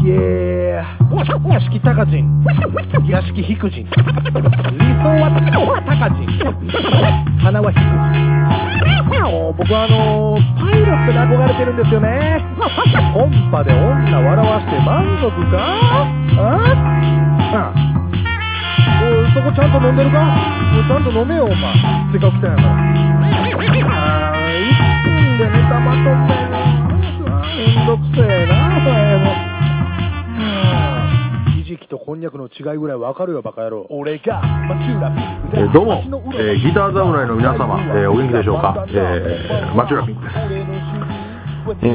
屋敷高人、屋敷低人、理想は高人、花は低人。僕はパイロットに憧れてるんですよね。コンパで女笑わして満足か？おい、そこちゃんと飲んでるか？ちゃんと飲めよ、お前。せっかく来たんやから。1分でネタまとめる。めんどくせえな、お前も。ひじきとこんにゃくの違いぐらいわかるよ、バカ野郎。俺がどうも、ギター侍の皆様、お元気でしょうか。マチュラピンクです。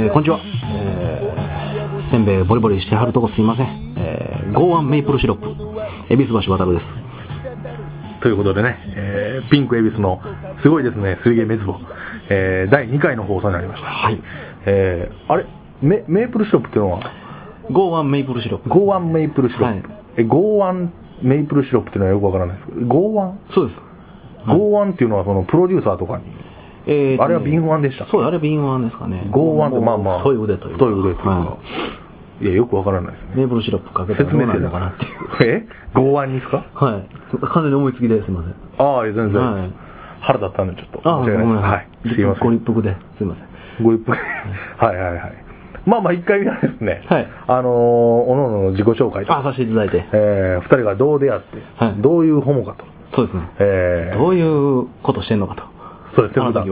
こんにちは。せんべいボリボリしてはるとこすいません。ゴーアンメイプルシロップ、恵比寿橋渡るです。 ということでね、ピンク恵比寿のすごいですね、水源滅亡、第2回の放送になりました。 はい。 あれ、メープルシロップっていうのはゴーアンメイプルシロップ。 ゴーアンメイプルシロップ。はい、ゴーアンメイプルシロップっていうのはよくわからないですけど、ゴーアン？ そうです。 ゴーアンっていうのはそのプロデューサーとかに。あれは敏腕でした。 そう、あれは敏腕ですかね。 ゴーアンってまあまあ太い腕というか。 太い腕というか。はい、いや、よくわからないですね。 メープルシロップかけたらどうなるのかなっていう。 ゴーアンにですか？ はい。完全に思いつきですいません。 ああ、全然。 はい。 腹立ったんでちょっと。 ああ、ごめんなさい。 はい。すいません。 ご立腹ですいません。 ご立腹。はいはいはい。まあまあ、1回目はですね、 はい。 おのおのの自己紹介と。 させていただいて。 2人がどう出会って、はい、どういうホモかと。 そうですね。どういうことしてんのかと。 そうですね、はい。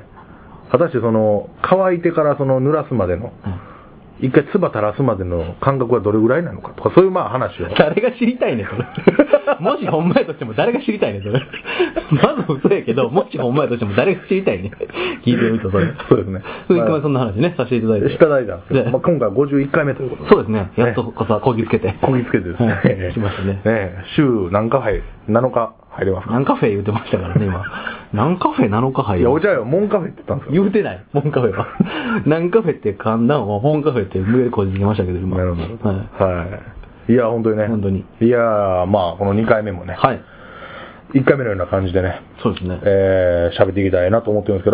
果たして乾いてから濡らすまでの、一回唾垂らすまでの間隔はどれぐらいなのかとか、そういうまあ話を。 誰が知りたいねん、それ。もしほんまやとしても誰が知りたいねん、それ。まず嘘やけど、もしほんまやとしても誰が知りたいねん。聞いてみると、それ。 そうですね。 一回そんな話ね、させていただいて。 いただいたんですけど、まあ、今回51回目ということで。 そうですね。やっとこそ、こぎつけて。 こぎつけてですね。 しましたね。 週何カフェ、7日入れますか？ 何カフェ言ってましたからね、今。何カフェ7日入れます。 いや、お茶よ、モンカフェって言ったんですよ。 言うてない、モンカフェは。何カフェって簡単は、モンカフェって上でこじつけましたけど、今。 なるほど。はい。いや、本当にね。 本当に。 いや、まあ、この2回目もね。 はい。 1回目のような感じでね。 そうですね。 喋っていきたいなと思ってるんですけど、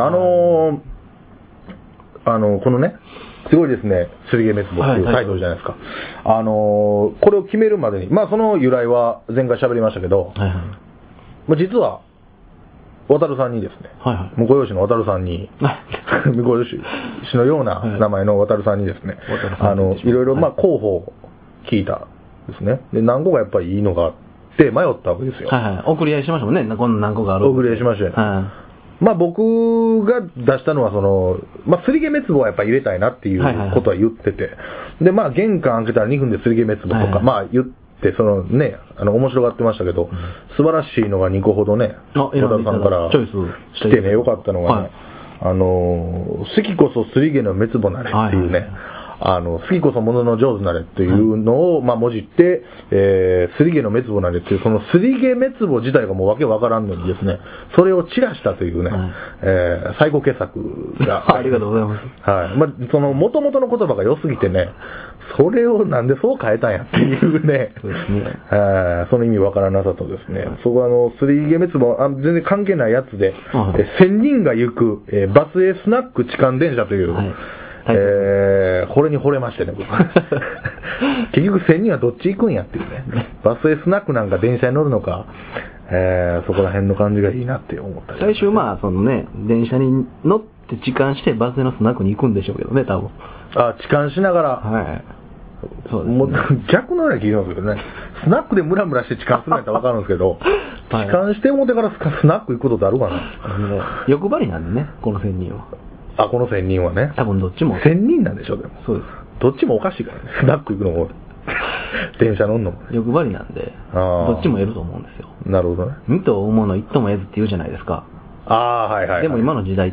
このね、すごいですね、すりげ滅亡っていうタイトルじゃないですか。これを決めるまでに、まあその由来は前回喋りましたけど、 はいはい、 まあ、実は、渡るさんにですね、 はいはい、 向こう養子の渡るさんに、向こう養子のような名前の渡るさんにですね、いろいろまあ候補を聞いたですね。で、何個かやっぱりいいのがあって迷ったわけですよ。 はいはい。送り合いしましたもんね、この何個かある。 送り合いしましたよね。はい、まあ僕が出したのはまあすりげ滅亡はやっぱり入れたいなっていうことは言ってて、で、まあ玄関開けたら2分ですりげ滅亡とか、はいはい、まあ言って、ね、面白がってましたけど、素晴らしいのが2個ほどね、小田さんから来てね、よかったのがね、好きこそすりげの滅亡なれっていうね、好きこそものの上手なれっていうのを、まあ、もじって、すりげの滅亡なれっていう、そのすりげ滅亡自体がもうわけわからんのにですね、それを散らしたというね、最高傑作が。 ありがとうございます。 はい。まあ、元々の言葉が良すぎてね、それをなんでそう変えたんやっていうね、 そうですね。 その意味わからなさとですね、そこはすりげ滅亡、全然関係ないやつで、1000人が行く、バスへスナック痴漢電車という、これに惚れましてね、僕。結局1000人はどっち行くんやっていうね。バスへスナックなんか電車に乗るのか、そこら辺の感じがいいなって思った。 最終まあ、電車に乗って痴漢してバスへのスナックに行くんでしょうけどね、多分。 痴漢しながら。 はい。 そうですね、もう逆のような気がするけどね。スナックでムラムラして痴漢するんやったらわかるんですけど、痴漢してもてからスナック行くことってあるかな。 欲張りなんでね、この1000人は。 この1000人はね。 多分どっちも。 1000人なんでしょ、でも。 そうです。 どっちもおかしいからね。スナック行くのも、電車乗んのも。 欲張りなんで、どっちも得ると思うんですよ。 なるほどね。 二と追うもの一とも得ずって言うじゃないですか。 はいはい。 でも今の時代って、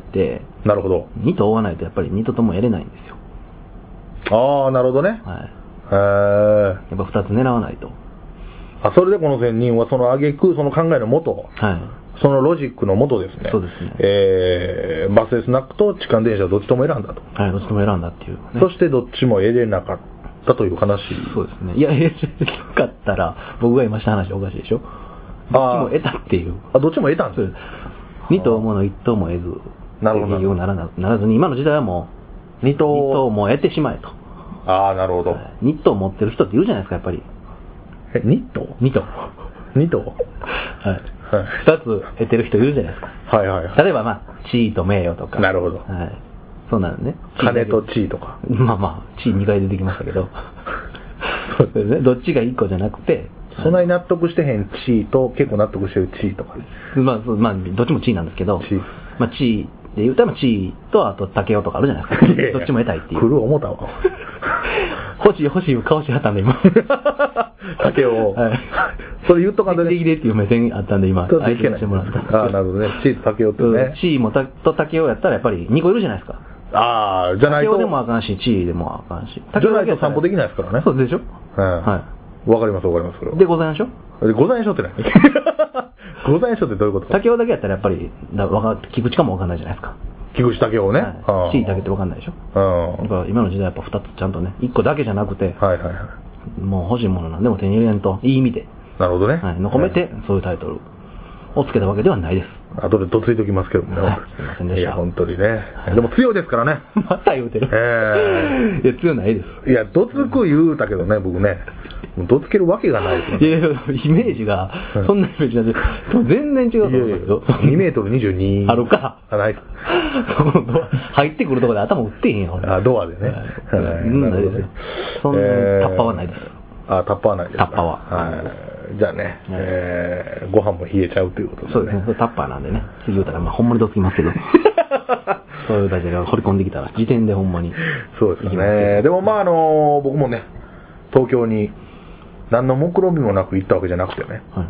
なるほど。 二と追わないとやっぱり二ととも得れないんですよ。 なるほどね。 はい。やっぱ二つ狙わないと。 それでこの1000人はその挙句、その考えのもと。 はい。 そのロジックのもとですね。 そうですね。 バスへスナックと痴漢電車どっちとも選んだと。 はい、どっちとも選んだっていう、ね。 そしてどっちも得れなかったという話。 そうですね。いや、得れなかったら、僕が今した話はおかしいでしょ。どっちも得たっていう。 どっちも得たんですよ。 二頭もの一頭も得ず。 なるほど。 ならずに、今の時代はもう、二頭も得てしまえと。 ああ、なるほど。 ニットを持ってる人っているじゃないですか、やっぱり。 ニット 2頭。 2頭はい。2つ得てる人いるじゃないですか。 はいはいはい。 例えばまあ、地位と名誉とか。 なるほど。 はい。そうなのね。 金と地位とか。 まあまあ、地位2回出てきましたけど。そうですね。どっちが1個じゃなくて。 そんなに納得してへん地位と結構納得してる地位とか。 まあ、どっちも地位なんですけど。まあ、地位で言うたら地位とあと竹雄とかあるじゃないですか。どっちも得たいっていう。 来る思ったわ。 欲しい顔しはったんで今。 竹を。はい。それ言っとかんとね。 できれっていう目線あったんで今、 相手してもらった。ああ、なるほどね。地位と竹をってね。 地位もと竹雄やったらやっぱり2個いるじゃないですか。 ああ、じゃないと。 竹雄でもあかんし、地位でもあかんし。 じゃないと散歩できないですからね。 そうでしょ。 はい。わかりますわかります。 で、ございましょ。 ございましょって何ございましょってどういうこと？ 竹雄だけやったらやっぱり、聞く力もわかんないじゃないですか。 木口竹雄ね。 地位だけってわかんないでしょ。だから今の時代やっぱ2つちゃんとね、1個だけじゃなくて、 はいはいはい。 もう欲しいものなんでも手に入れんと、いい意味で。 なるほどね。 はい。の込めて、そういうタイトルをつけたわけではないです。 後でどついておきますけどもね。 すいませんでした。 いや、本当にね。でも強いですからね。 また言うてる。いや、強ないです。 いや、どつく言うたけどね、僕ね。どつけるわけがないですよね。 いやいや、イメージが、そんなイメージなんで、全然違うと思うんだけど。 2メートル22。 あるか。 ない。 入ってくるところで頭打ってへんよ、 あ、ドアでね。 ないですよ。そんなタッパはないです。 あ、タッパはないです。 タッパは。 じゃあね、ご飯も冷えちゃうということで。 そうですね。タッパーなんでね。次言うたら、まあ、ほんまにどつきますけど。そういうたちが掘り込んできたら、時点でほんまに。 そうですね。でもまあ僕もね、東京に何の目論見もなく行ったわけじゃなくてね。はい。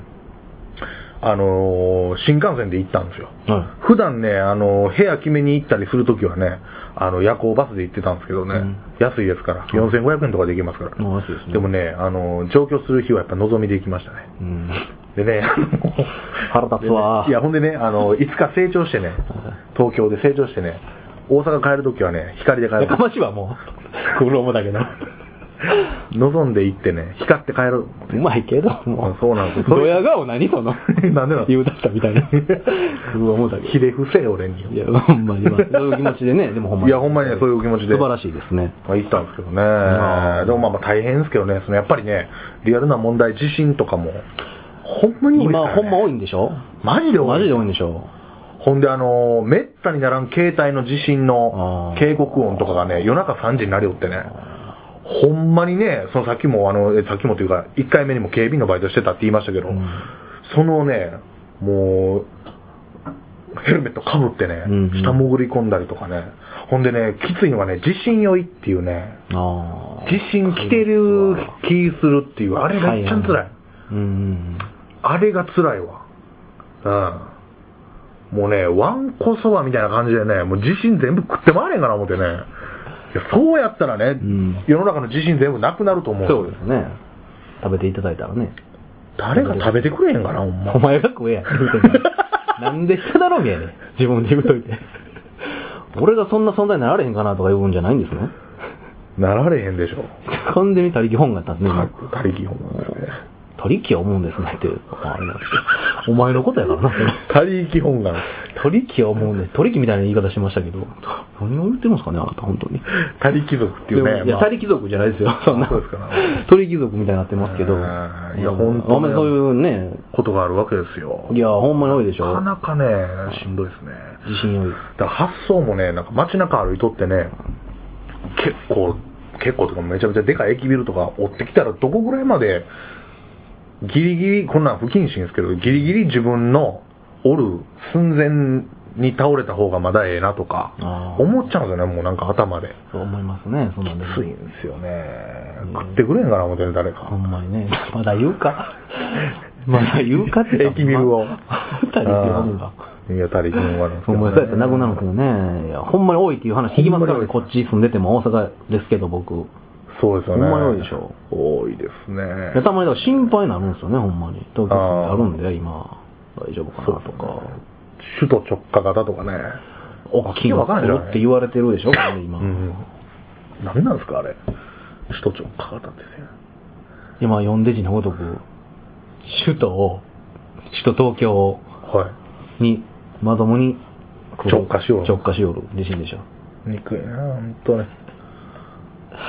新幹線で行ったんですよ。はい。普段ね、部屋決めに行ったりするときはね、夜行バスで行ってたんですけどね、安いですから、4500円とかで行けますから。安いですね。でもね、上京する日はやっぱ望みで行きましたね。でね、 腹立つわ。 いや、ほんでね、いつか成長してね、東京で成長してね、大阪帰るときはね、光で帰る。 やかましいわ、もう。苦労もだけど。 望んで行ってね、光って帰る。 うまいけど、もう。 そうなんですよ。 ドヤ顔何その。 なんでなの言うだったみたいな。思うだけど。 ひれ伏せ俺に。 いや、ほんまに。そういう気持ちでね、でもほんまに。 いや、ほんまにね、そういう気持ちで。 素晴らしいですね。 行ったんですけどね。でもまあ大変ですけどね、やっぱりね、リアルな問題、地震とかも、ほんまに多いですからね。 今、ほんま多いんでしょ？ マジで多い。 マジで多いんでしょ？ ほんでめったにならん携帯の地震の警告音とかがね、夜中3時になりよってね。ほんまにね、さっきもというか、1回目にも警備員のバイトしてたって言いましたけど、そのね、もう、ヘルメットかぶってね、下潜り込んだりとかね、ほんでね、きついのがね、地震酔いっていうね、地震来てる気するっていう、あれがめっちゃ辛い。あれが辛いわ。もうね、ワンコそばみたいな感じでね、もう地震全部食って回れんかな思ってね。いや、そうやったらね、世の中の地震全部なくなると思う。 そうですね。食べていただいたらね。 誰が食べてくれへんかな、ほんま。 お前が食えや。なんで人だろうやね。自分で言うといて。俺がそんな存在になられへんかなとか言うんじゃないんですね。 なられへんでしょ。 完全に他力本願だったんですね。 他力本願ですね。 他力は思うんですねって、あれなんですけど。お前のことやからな、それ。 他力本願。 他力は思うんで、他力みたいな言い方しましたけど、何を言ってるんですかね、あなた、本当に。 他力族っていうね。 いや、他力族じゃないですよ、そんな。 そうですかね。 他力族みたいになってますけど。いや、本当に。 そういうね、 ことがあるわけですよ。 いや、ほんまに多いでしょ。 なかなかね、しんどいですね。 地震多い。 だから発想もね、なんか街中歩いとってね、結構とかめちゃめちゃでかい駅ビルとか追ってきたらどこぐらいまで、ギリギリ、こんなん不謹慎ですけど、ギリギリ自分のおる寸前に倒れた方がまだええなとか、思っちゃうんですよね、もうなんか頭で。 そう思いますね、そうなんです。 きついんですよね。食ってくれんかな、思ってね、誰か。 ほんまにね、まだ言うかまだ言うかって駅ビルを。 他力本願。 いや、他力本願なんですけど、ね。 ほんまにそうやったらなくなるけどね。いや、ほんまに多いっていう話聞きますからね、こっち住んでても大阪ですけど、僕。 そうですよね。 ほんまに多いでしょ。 多いですね。 たまにだから心配になるんですよね、ほんまに。東京にあるんで、今、大丈夫かなとか。 首都直下型とかね。 大きいの来るって言われてるでしょ、今。 何なんですか、あれ。首都直下型ってね。 今、読んで字のごとく、首都東京に、まともに直下しよる。 直下しよる地震でしょ。 憎いな、ほんとね。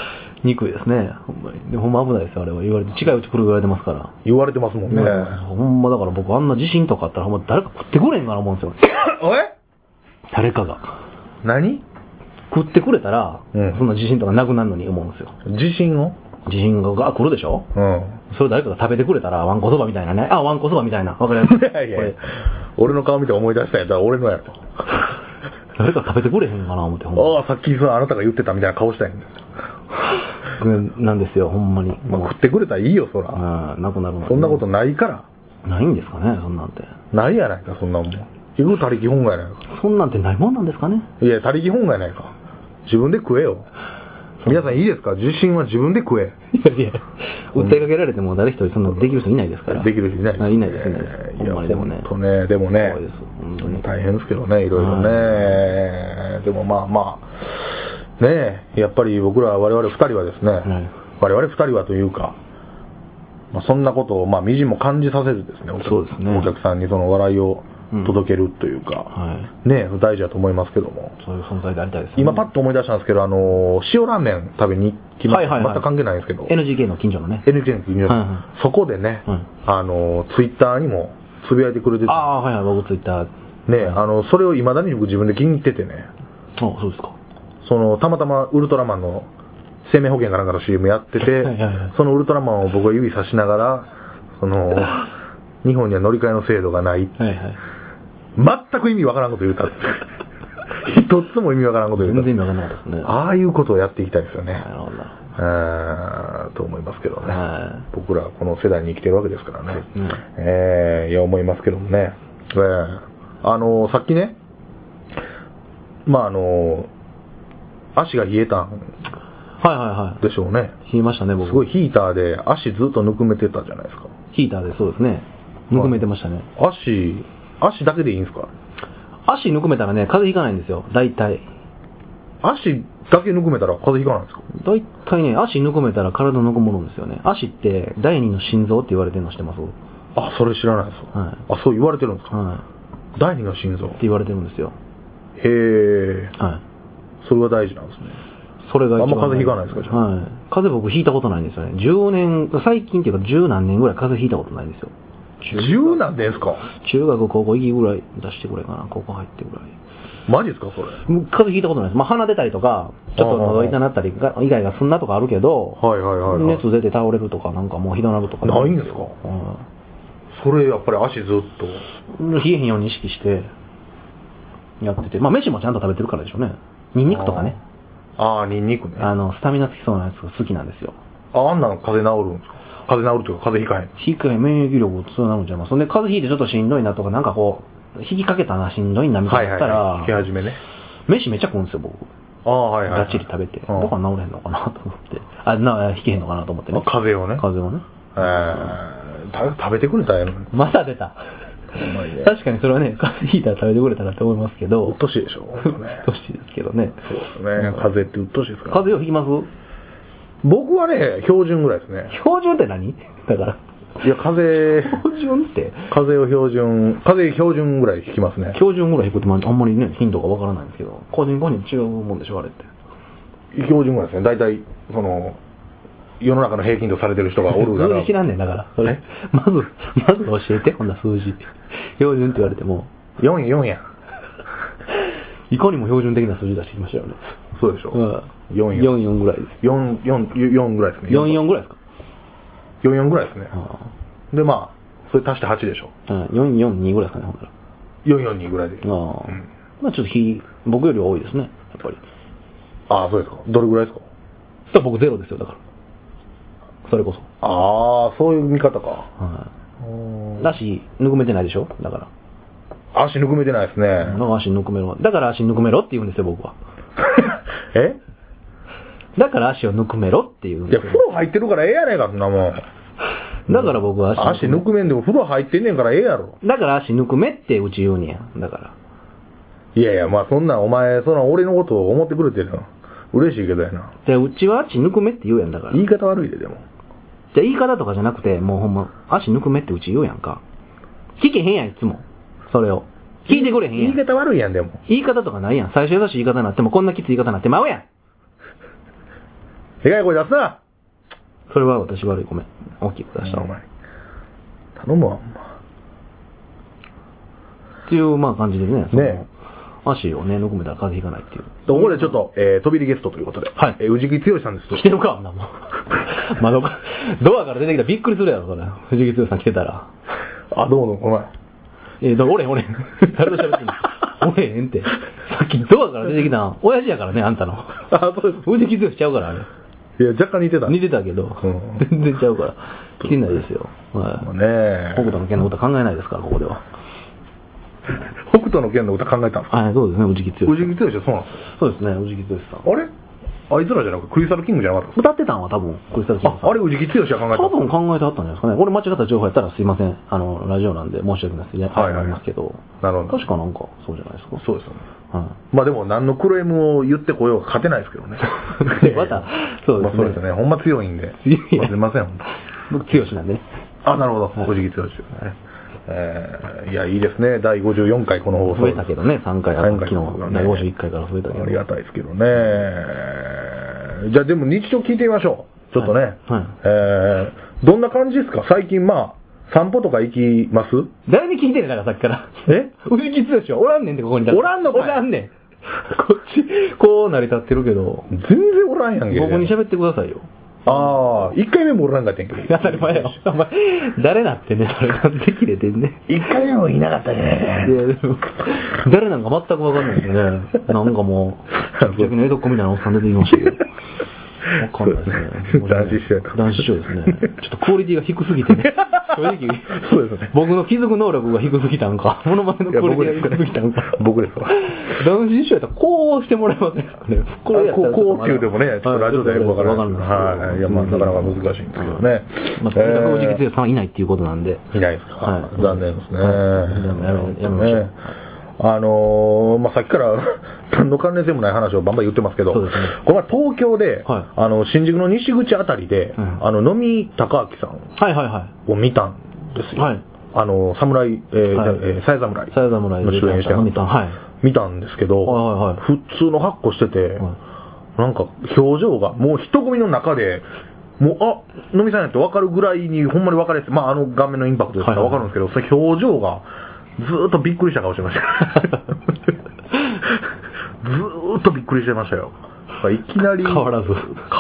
憎いですね。ほんまに。でほんま危ないですよ、あれは。言われて、近いうち来る言われてますから。 言われてますもんね。 ほんまだから僕あんな地震とかあったらほんま誰か食ってくれへんかな思うんですよ。誰かが。 何食ってくれたら、そんな地震とかなくなるのに思うんですよ。 地震を地震が来るでしょ。それ誰かが食べてくれたら、ワンコそばみたいなね。あ、ワンコそばみたいな。わかります。 いやいや俺の顔見て思い出したんやったら俺のやろ。 誰か食べてくれへんかな思って。 ああ、さっきあなたが言ってたみたいな顔したんや。 なんですよ、ほんまに。 食ってくれたらいいよ、そら。 なくなるの。 そんなことないから。 ないんですかね、そんなんて。 ないやないか、そんなもん。結局他力本願やないか。 そんなんてないもんなんですかね。 いや、他力本願やないか。自分で食えよ。皆さんいいですか？地震は自分で食え。 いやいや、訴えかけられても誰一人そんなできる人いないですから。 できる人いないです。 いないです、いないです。ほんまにでもね。 でもね、大変ですけどね、いろいろね。でもまあ、ねえ、やっぱり僕ら我々二人はですね、我々二人はというか、そんなことをみじんも感じさせずですね、 そうですね、 お客さんにその笑いを届けるというか、ね、大事だと思いますけども、 そういう存在でありたいですね。 今パッと思い出したんですけど、塩ラーメン食べに来ました。全く関係ないんですけど、 NGK の近所のね、 NGK の近所の、そこでね、ツイッターにもつぶやいてくれてて、 僕ツイッターね、それを未だに僕自分で気に入っててね、 そうですか。 たまたまウルトラマンの生命保険かなんかの CM やってて、そのウルトラマンを僕が指さしながら、日本には乗り換えの制度がない、全く意味わからんこと言うたって一つも意味わからんこと言うた。 全然意味わからなかったですね。 ああいうことをやっていきたいですよね。 なるほど。 と思いますけどね。僕らこの世代に生きてるわけですからね。いや思いますけどもね。さっきね、足が冷えたんでしょうね。 冷えましたね、僕。 すごいヒーターで足ずっとぬくめてたじゃないですか。 ヒーターでそうですね。ぬくめてましたね。 足だけでいいんですか？ 足ぬくめたらね、風邪ひかないんですよ、大体。 足だけぬくめたら風邪ひかないんですか？ 大体ね、足ぬくめたら体ぬくもるんですよね。足って第二の心臓って言われてるの知ってます？ あ、それ知らないです。そう言われてるんですか？第二の心臓って言われてるんですよ。 へえ。それが大事なんですね。 それが一番。 あんま風邪ひかないですか？じゃあ。 風邪僕ひいたことないんですよね。最近っていうか十何年ぐらい風邪ひいたことないんですよ。 10何年ですか？ 中学高校行きぐらい出してくれかな、高校入ってぐらい。 マジですかそれ？ 風邪ひいたことないです。鼻出たりとか、ちょっと喉痛なったり、以外がすんなとかあるけど、熱出て倒れるとか、なんかもうひどなるとか。 ないんですか？それやっぱり足ずっと。 冷えへんように意識して、やってて。飯もちゃんと食べてるからでしょうね。ニンニクとかね。 ニンニクね。 スタミナつきそうなやつが好きなんですよ。 あんなん風邪治るんですか？風邪治るというか風邪ひかへん。 免疫力強なるんちゃいます。そんで風邪ひいてちょっとしんどいなとか、なんかこう、引きかけたな、しんどいなみたいなったら、 引き始めね。 飯めっちゃ食うんですよ、僕。がっちり食べて。だから治れへんのかなと思って。引けへんのかなと思ってね。 風邪をね。食べてくれたらやるの。 また出た。確かにそれはね、風邪ひいたら食べてくれたらって思いますけど。 うっとしいでしょ。 うっとしいですけどね。 そうですね。風邪ってうっとしいですから。 風邪をひきます？ 僕はね、標準ぐらいですね。 標準って何？だから。 いや、標準って風邪標準ぐらい引きますね。 標準ぐらい引くってあんまりね、頻度がわからないんですけど、個人個人違うもんでしょ、あれって。 標準ぐらいですね。大体、世の中の平均とされてる人がおるから。 数字知らんねんだから。それ、まず教えて、こんな数字。標準って言われても。 4や。 いかにも標準的な数字出してきましたよね。 そうでしょ。 44ぐらいです。 4ぐらいですね。 44ぐらいですか ？44ぐらいですね。で、それ足して8でしょ。 442ぐらいですかね、ほんなら。 442ぐらいで。 ちょっと僕よりは多いですね、やっぱり。 そうですか。どれぐらいですか？ そしたら僕ゼロですよ、だから。それこそ。 そういう見方か。 足ぬくめてないでしょ、だから。 足ぬくめてないですね。 足ぬくめろ。だから足ぬくめろって言うんですよ、僕は。だから足をぬくめろって言うんですよ。 いや、風呂入ってるからええやねんか、そんなもん。 だから僕は足ぬくめんでも風呂入ってんねんからええやろ。 だから足ぬくめってうち言うねや。だから。 いやいや、そんなお前、俺のことを思ってくれてるの。嬉しいけどやな。 で、うちは足ぬくめって言うやんだから。 言い方悪いで、でも。 じゃあ言い方とかじゃなくて、もうほんま、足ぬくめってうち言うやんか。聞けへんやん、いつも。それを。聞いてくれへんやん。 言い方悪いやん、でも。 言い方とかないやん。最初優しい言い方になっても、こんなきつい言い方になってまうやん。 でかい声出すな。 それは私悪い、ごめん。大きく出したの。 頼むわ。 っていう、まあ感じでね。足をね、ぬくめたら風邪ひかないっていう。 ここでちょっと、飛び入りゲストということで。 はい。 宇治木剛さんですと。 来てるか、あんなもん。ドアから出てきたらびっくりするやろ、それ。藤木剛さん来てたら。 あ、どうも、お前。 俺。誰と喋ってんの俺へんって。さっきドアから出てきたの、親父やからね、あんたの。 あ、そうです。 藤木剛しちゃうから、あれ。 いや、若干似てた。 似てたけど、全然ちゃうから。来てないですよ。 はい。ね北斗の拳の歌考えないですから、ここでは。 北斗の拳の歌考えたんですか？ はい、そうですね、宇治木剛。 宇治木剛はそうなんですか？ そうですね、宇治木剛さん。 あれあいつらじゃなくてクリスタルキングじゃなかった歌ってたんは多分クリスタルキングさん。 あれ宇治木剛が考えた多分考えてあったんじゃないですかね。これ間違った情報やったらすいません。ラジオなんで申し訳ないです。はいはい。ますけど。 なるほど。 確かなんかそうじゃないですか。 そうですよね。はい。まあでも何のクレームを言ってこようが勝てないですけどね。 また、そうですね。 まあそうですね。ほんま強いんで。すいません、ほんと。 僕強しなんでね。 あ、なるほど。宇治木剛ですね。いや、いいですね。第54回この放送。 増えたけどね、3回、昨日、第51回から増えたけど。 ありがたいですけどね。じゃあでも日常聞いてみましょう。ちょっとね。どんな感じですか最近まあ、散歩とか行きます？ 誰に聞いてんねん、だからさっきから。宇治木剛おらんねんって、ここに。 おらんのかい？ おらんねん。こっち、こう成り立ってるけど。 全然おらんやんけ。 ここに喋ってくださいよ。 ああ、1回目もおらんかったんけど。 当たり前よ。お前、誰なってね、それなんで切れてんね。 1回目もいなかったね。 誰なんか全くわかんないですね。なんかもう、直近の江戸っ子みたいなおっさん出てきましたけど。わかんないですね。 男子師匠やった。 男子師匠ですね。ちょっとクオリティが低すぎてね。正直、そうですね。僕の気づく能力が低すぎたんか、モノマネのクオリティが低すぎたんか。 僕ですわ。 男子師匠やったらこうしてもらえませんかね。 こうって言うてもね、ちょっとラジオでよくわからない。はい。いや、まあ、なかなか難しいんですけどね。 まあ、とにかく宇治木剛さんはいないっていうことなんで。 いないですか。はい。残念ですね。 やめましょう。 まあ、さっきから何の関連性もない話をバンバン言ってますけど、これは東京で、新宿の西口あたりで、野見隆明さんを見たんですよ。侍、さや侍の主演して見たんですけど、普通の格好してて、なんか表情がもう人混みの中で、もう、野見さんやって分かるぐらいにほんまに分かれて、まあ顔面のインパクトですから分かるんですけど、その表情が、ずーっとびっくりした顔してました。ずーっとびっくりしてましたよ。いきなり。 変わらず。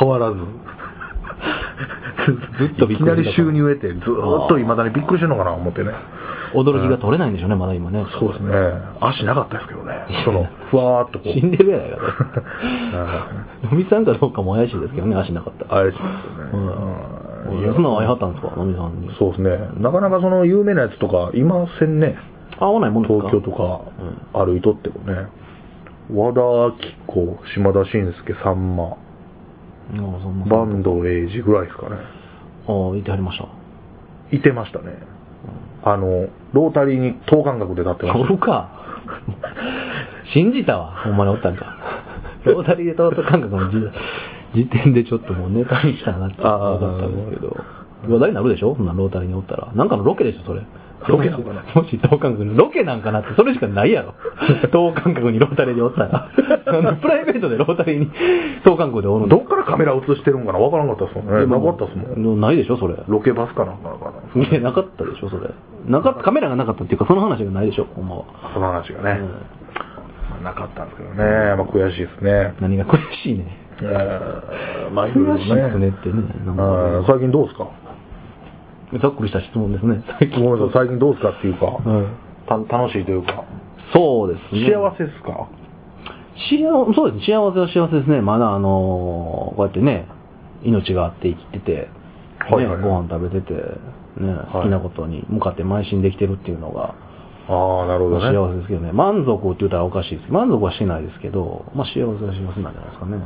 ずっとびっくりいきなり収入得て、ずーっと未だにびっくりしてるのかな思ってね。 驚きが取れないんでしょうね、まだ今ね。 そうですね。足なかったですけどね。ふわーっとこう。 死んでるやないか。野見さんかどうかも怪しいですけどね、足なかった。 怪しいですよね。 そんなの会いはったんですか、野見さんに。 そうですね。なかなかその有名なやつとかいませんね。 会わないもんですか？ 東京とか歩いとってもね。和田アキ子、島田紳介、さんま、坂東栄治ぐらいですかね。 いてはりました。 いてましたね。ロータリーに等間隔で立ってました。 おるか。信じたわ。ほんまにおったんか。ロータリーで等間隔の時点でちょっともうネタにしたなって思ったんですけど。話題になるでしょそんなロータリーにおったら。なんかのロケでしょそれ。 ロケなんかなもし等間隔に、ロケなんかなってそれしかないやろ。等間隔にロータリーでおったら。プライベートでロータリーに等間隔でおるの。 どっからカメラ映してるんかなわからなかったっすもんね。なかったっすもん。 ないでしょそれ。 ロケバスかなんかな。 いや、なかったでしょそれ。カメラがなかったっていうかその話がないでしょほんまは。 その話がね。なかったんですけどね。まあ悔しいですね。 何が悔しいね。 まあいろいろね。 悔しいですねってね。 最近どうですか？ ざっくりした質問ですね。 最近どうですかっていうか、楽しいというか。 そうですね。 幸せですか？ そうですね。幸せは幸せですね。まだこうやってね、命があって生きてて、ご飯食べてて、ね、好きなことに向かって邁進できてるっていうのが、 なるほどね。 幸せですけどね。満足って言ったらおかしいです。満足はしないですけど、まあ幸せは幸せなんじゃないですかね。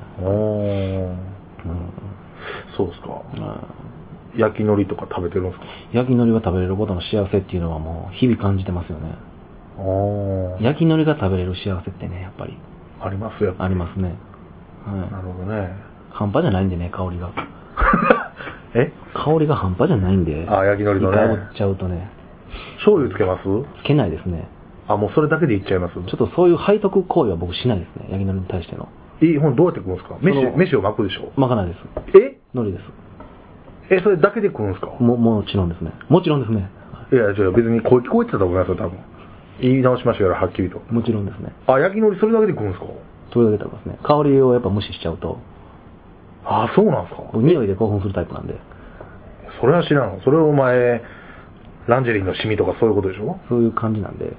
そうですか。焼き海苔とか食べてるんですか？ 焼き海苔が食べれることの幸せっていうのはもう日々感じてますよね。焼き海苔が食べれる幸せってね、やっぱり。 ありますよ。 ありますね。 なるほどね。 半端じゃないんでね、香りが。香りが半端じゃないんで。 焼き海苔のね。 一回売っちゃうとね。 醤油つけます？ つけないですね。 もうそれだけでいっちゃいます？ ちょっとそういう背徳行為は僕しないですね、焼き海苔に対しての。 ほんどうやって食うんですか？飯を巻くでしょ？ 巻かないです。海苔です。 それだけで食うんですか？ もちろんですね。もちろんですね。 いや、じゃあ別に声聞こえてたと思いますよ、多分。言い直しましたから、はっきりと。 もちろんですね。 焼き海苔それだけで食うんですか？ それだけ食べますね。香りをやっぱ無視しちゃうと。 そうなんですか？ 匂いで興奮するタイプなんで。 それは知らん。それをお前、ランジェリーのシミとかそういうことでしょ？ そういう感じなんで。 う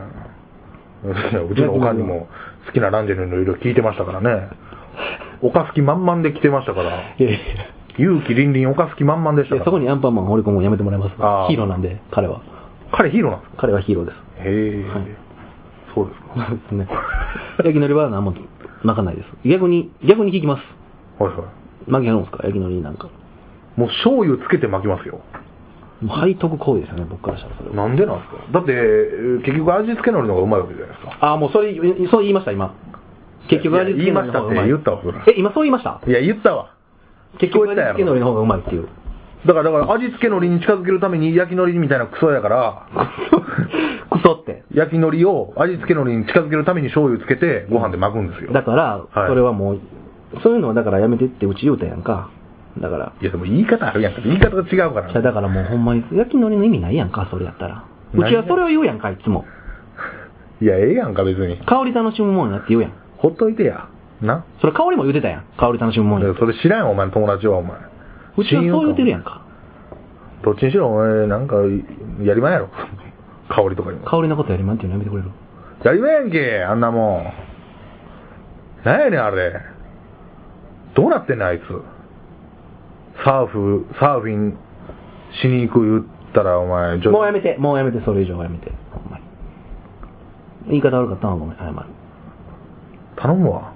ちのおかんにも好きなランジェリーの色聞いてましたからね。おかすき満々で来てましたから。勇気凛々おかすき満々でしたから。 そこにアンパンマン放り込むのやめてもらいます。ヒーローなんで、彼は。 彼ヒーローなんですか？ 彼はヒーローです。 そうですか。 そうですね。焼き海苔は何も巻かないです。逆に聞きます。 巻きはるんですか？焼き海苔なんか。 もう醤油つけて巻きますよ。 もう背徳行為ですよね、僕からしたらそれは。 なんでなんですか？だって、結局味付け海苔の方がうまいわけじゃないですか。 もうそう言いました、今。結局味付け海苔の方がうまい。 言いましたって言ったわ。 今そう言いました？ いや、言ったわ。 結局味付け海苔の方がうまいっていう。 だから味付け海苔に近づけるために焼き海苔みたいなクソやから、 クソって。 焼き海苔を味付け海苔に近づけるために醤油つけてご飯で巻くんですよ。 だから、それはもう、そういうのはだからやめてってうち言うたやんか。だから。 いやでも言い方あるやんか。言い方が違うから。 だからもうほんまに焼き海苔の意味ないやんか、それやったら。うちはそれを言うやんか、いつも。 いや、ええやんか、別に。 香り楽しむもんやって言うやん。 ほっといてや。な。 それ香りも言うてたやん。香り楽しむもんや。 それ知らんよ、お前の友達は、お前。 うちはそう言うてるやんか。 どっちにしろ、お前、なんか、やりまんやろ。香りとかにも。 香りのことやりまんっていうのやめてくれる？ やりまんやんけ、あんなもん。なんやねん、あれ。どうなってんねん、あいつ。サーフィンしに行く言ったら、お前、 もうやめて、それ以上はやめて。ほんまに。言い方悪かったな、ごめん、謝る。 頼むわ。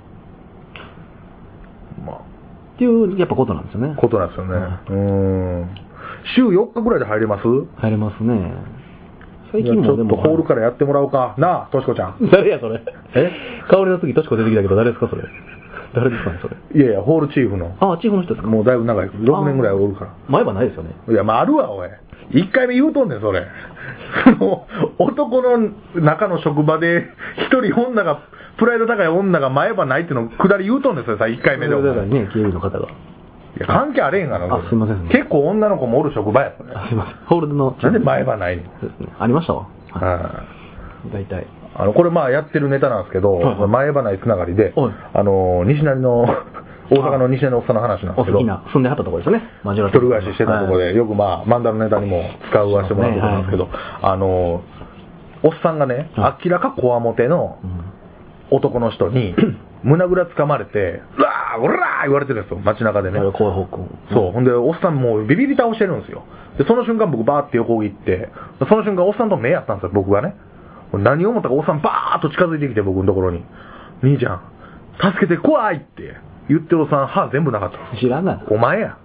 まあ。 っていう、やっぱことなんですよね。 ことなんですよね。週4日ぐらいで入れます？ 入れますね。最近もでも。ちょっとホールからやってもらおうか。なあ、としこちゃん。 誰や、それ。香りの次、としこ出てきたけど、誰ですか、それ。誰ですかね、それ。 いやいや、ホールチーフの。 チーフの人ですか？ もうだいぶ長い。6年ぐらいおるから。 前はないですよね。 いや、あるわ、おい。1回目言うとんねん、それ。男の中の職場で、一人プライド高い女が前歯ないっていうのを下り言うとんねん、それさ、1回目で。 だからね、警備の方が。 いや、関係あれへんがな。 すいません。 結構女の子もおる職場やったね。 すいません。ホールの。 なんで前歯ないの？ そうですね。ありましたわ。大体。 これやってるネタなんですけど、前歯ないつながりで、西成の、大阪の西成のおっさんの話なんですけど、 好きな、住んではったところですよね。 一人暮らししてたところで、よく漫談のネタにも使わせてもらうところなんですけど、おっさんがね、明らかこわもての男の人に、胸ぐらつかまれて、うわー、おらー言われてるんですよ、街中でね。 そう。 ほんで、おっさんもうビビり倒してるんですよ。で、その瞬間僕バーって横切って、その瞬間おっさんと目やったんですよ、僕がね。何を思ったかおっさんバーッと近づいてきて僕のところに。兄ちゃん、助けて怖いって言ってるおっさん歯全部なかった。 知らない。 お前や。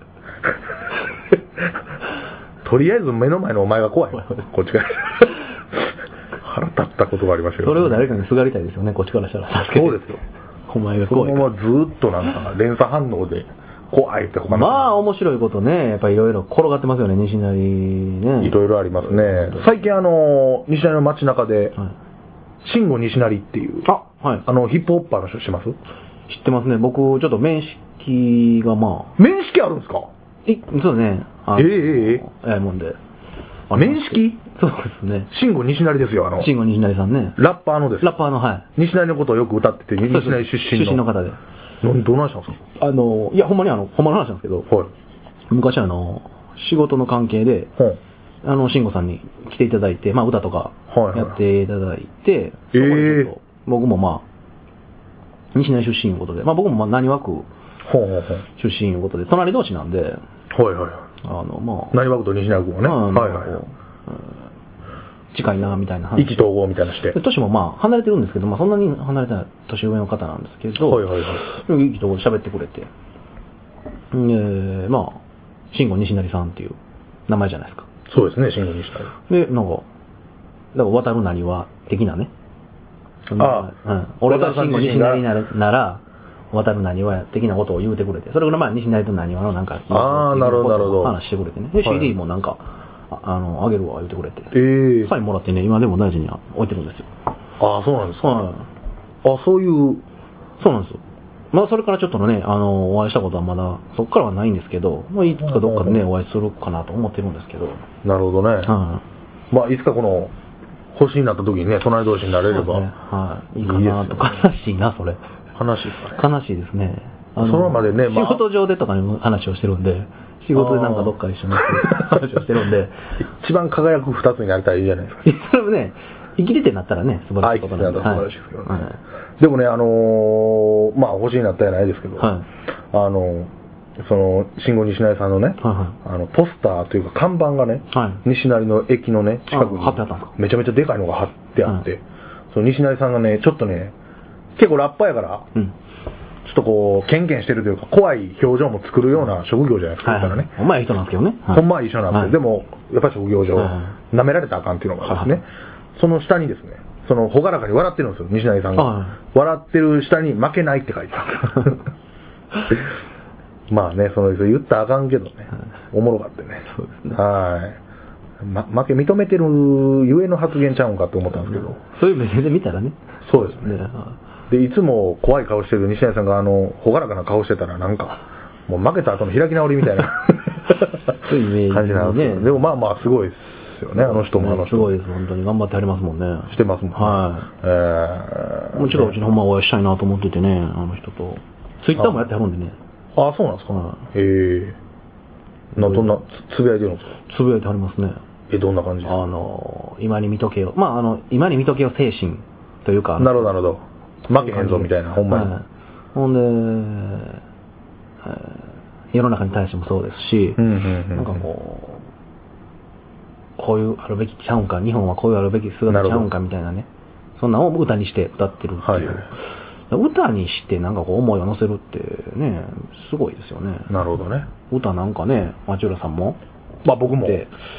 とりあえず目の前のお前が怖い。こっちから。腹立ったことがありましたよ。 それを誰かにすがりたいですよね、こっちからしたら。 そうですよ。 お前が怖い。 そのままずーっとなんか連鎖反応で怖いって他の。 面白いことね、やっぱりいろいろ転がってますよね、西成ね。 いろいろありますね。最近西成の街中で、慎吾西成っていう、ヒップホッパーの人知ってます？ 知ってますね。僕、ちょっと面識が面識あるんですか？ そうね。もんで。 面識？ そうですね。 慎吾西成ですよ、 慎吾西成さんね。 ラッパーのです。 ラッパーの、 西成のことをよく歌ってて、西成出身の方で。 どんな話なんですか？ いや、ほんまにほんまの話なんですけど、昔仕事の関係で、慎吾さんに来ていただいて、歌とかやっていただいて、僕も西成出身いうことで、僕も何枠出身いうことで、隣同士なんで、 何枠と西成君はね、 近いなみたいな話。 意気投合みたいなして。 年も離れてるんですけど、そんなに離れてない年上の方なんですけど、意気投合で喋ってくれて、慎吾西成さんっていう名前じゃないですか。 そうですね、慎吾西成。 で、だから渡るなりは的なね。俺が慎吾西成なら、渡るなには的なことを言うてくれて、それぐらい西成となにわのなるほど。話してくれてね。で、CD もあげるわ言ってくれて。サインもらってね、今でも大事に置いてるんですよ。 そうなんですか。そういう。 そうなんですよ。 まあそれからちょっとね、お会いしたことはまだ、そこからはないんですけど、まあいつかどっかでね、お会いするかなと思ってるんですけど。 なるほどね。まあいつかこの、星になった時にね、隣同士になれれば。 ね、はい。いいかなと。悲しいな、それ。 悲しいですかね。 悲しいですね。 それまでね、 仕事上でとかに話をしてるんで、仕事でなんかどっか一緒に話をしてるんで。 一番輝く二つになりたらいいじゃないですか。 それもね、生きててなったらね、素晴らしいことなんで。 素晴らしいですけどね。でもね、まあ、星になったじゃないですけど、その、新後西成さんのね、ポスターというか看板がね、西成の駅のね、近くに、めちゃめちゃでかいのが貼ってあって、その西成さんがね、ちょっとね、結構ラッパーやから、ちょっとこう、ケンケンしてるというか、怖い表情も作るような職業じゃないですか、からね。 ほんまはいい人なんですけどね。 ほんまは一緒なんですけど、でも、やっぱり職業上、舐められたらあかんっていうのがですね、その下にですね、その、ほがらかに笑ってるんですよ、西成さんが。笑ってる下に負けないって書いてある。まあね、その言ったらあかんけどね、おもろかってね。 そうですね。 負け認めてるゆえの発言ちゃうんかって思ったんですけど。 そういう目で見たらね。 そうですね。で、いつも怖い顔してる西成さんがほがらかな顔してたらなんか、もう負けた後の開き直りみたいなそういうイメージ感じなんですよ。でもまあまあすごいですよね、あの人もすごいです、本当に頑張ってありますもんね。 してますもんね。 もうちょっとうちのほんまお会いしたいなと思っててね、あの人と。ツイッターもやってはるんでね。 あ、そうなんですか。どんな、つぶやいてるんですか？ つぶやいてはりますね。 どんな感じですか？ 今に見とけよ。まあ、今に見とけよ精神というか。 なるほど、なるほど。負けへんぞみたいな、ほんまに。 ほんで、世の中に対してもそうですし、なんかこういうあるべきちゃうんか、日本はこういうあるべき姿ちゃうんかみたいなね。そんなのを歌にして歌ってるっていう。歌にしてなんかこう思いを乗せるってね、すごいですよね。 なるほどね。 歌なんかね、町浦さんも。 まあ僕も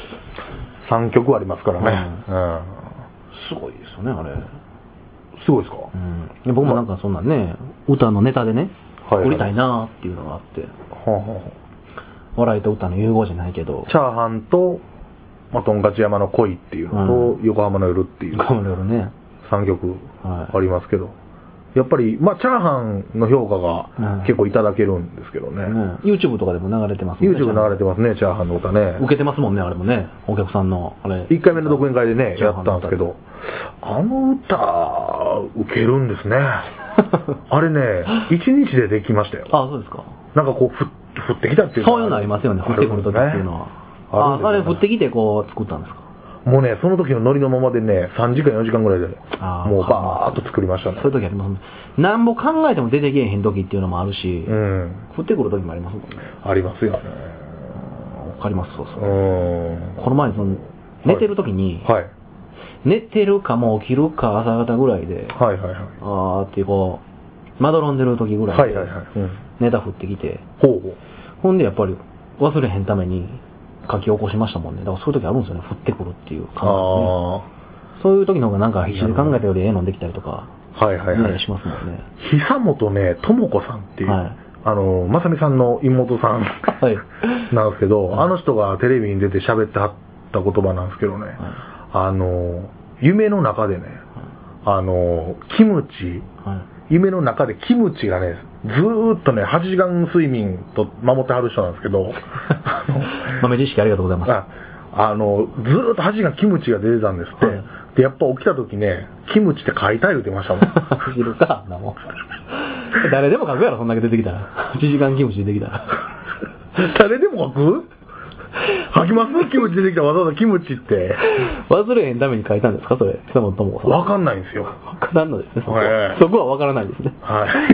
3曲ありますからね。 すごいですよね、あれ。 すごいですか？ 僕もなんかそんなね、歌のネタでね、売りたいなっていうのがあって。笑いと歌の融合じゃないけど。 チャーハンと、とんかつ山の恋っていうのと、横浜の夜っていう。 横浜の夜ね。 3曲ありますけど。やっぱり、チャーハンの評価が結構いただけるんですけどね。 YouTube とかでも流れてますもんね。 YouTube 流れてますね、チャーハンの歌ね。 受けてますもんね、あれもね。お客さんの、あれ。 1回目の独演会でね、やったんですけど、あの歌、受けるんですね。あれね、1日でできましたよ。 あ、そうですか。 なんかこう、降ってきたっていうそういうのありますよね、降ってくるときっていうのは。あれ降ってきてこう作ったんですか？ もうね、その時のノリのままでね、3時間4時間ぐらいで、もうバーっと作りましたね。 そういう時ありますね。なんぼ考えても出てけえへん時っていうのもあるし、降ってくる時もありますもんね。 ありますよね。 わかります、そうそう。この前、寝てる時に、寝てるかも起きるか朝方ぐらいで、あーってこう、まどろんでる時ぐらいで、ネタ降ってきて、ほんでやっぱり忘れへんために、書き起こしましたもんね。だからそういう時あるんですよね。降ってくるっていう感覚ね。そういう時の方がなんか必死に考えたよりのできたりとか、しますもんね。 久本ね、智子さんっていう、まさみさんの妹さんなんですけど、あの人がテレビに出て喋ってはった言葉なんですけどね、夢の中でね、キムチ、夢の中でキムチがね、ずーっとね、8時間睡眠と守ってはる人なんですけど、 豆知識ありがとうございます。 ずーっと8時間キムチが出てたんですって。で、やっぱ起きた時ね、キムチって書いた言うてましたもん。 知るか、なもん。誰でも書くやろ、そんだけ出てきたら。8時間キムチ出てきたら。 誰でも書く？書きますキムチ出てきたらわざわざキムチって。 忘れへんために書いたんですかそれ、久本智子さん。 わかんないんですよ。 わからんのですね、そこはわからないですね。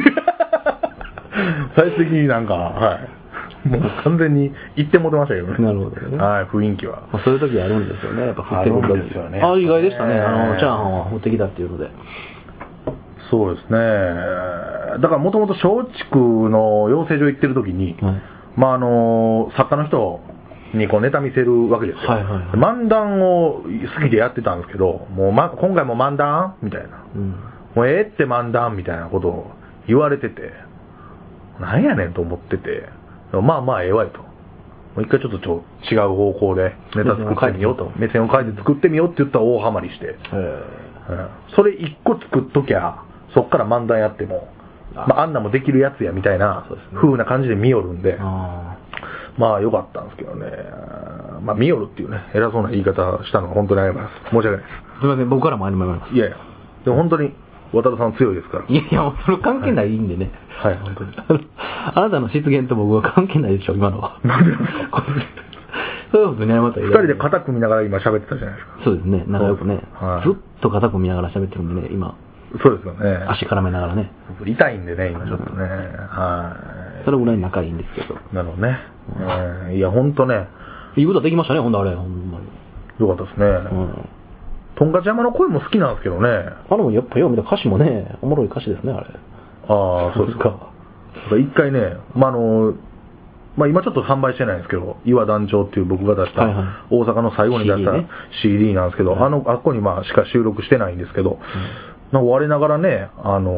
最終的になんか、もう完全に言ってもてましたけどね。 なるほどね。 雰囲気は。 そういう時あるんですよね。やっぱ降ってくる時。 ですよね。 意外でしたね。チャーハンは降ってきたっていうので。 そうですね。だからもともと松竹の養成所行ってる時に、作家の人にこうネタ見せるわけですよ。漫談を好きでやってたんですけど、もう今回も漫談みたいな。もうって漫談みたいなことを言われてて、なんやねんと思ってて、まあええわいと。もう一回ちょっと違う方向でネタ作ってみようと。目線を変えて作ってみようって言ったら大ハマりして。それ一個作っときゃ、そっから漫談やっても、 あんなもできるやつやみたいな風な感じで見よるんで、まあ良かったんですけどね。まあ見よるっていうね、偉そうな言い方したのは本当に謝ります。申し訳ないです。 すみません、僕からも謝ります。 いやいや、でも本当に渡さん強いですから。 いやいや、それ関係ないんでね。 はい、本当に。 あなたの失言と僕は関係ないでしょ、今のは。 なんでですか？ それは普通に謝ったらいい。 二人で肩組みながら今喋ってたじゃないですか。 そうですね、仲良くね。ずっと肩組みながら喋ってるんでね、今。 そうですよね。 足絡めながらね。 痛いんでね、今ちょっとね。はい。 それぐらい仲いいんですけど。 なるほどね。いや、ほんとね。 いいことはできましたね、ほんとあれ、ほんまに。 よかったですね。とんかち山の声も好きなんですけどね。 あれもやっぱよう見た歌詞もね、おもろい歌詞ですね、あれ。 ああ、そうですか。一回ね、まあ今ちょっと販売してないんですけど、岩団長っていう僕が出した、大阪の最後に出した CD なんですけど、あっこにまあしか収録してないんですけど、なんか我ながらね、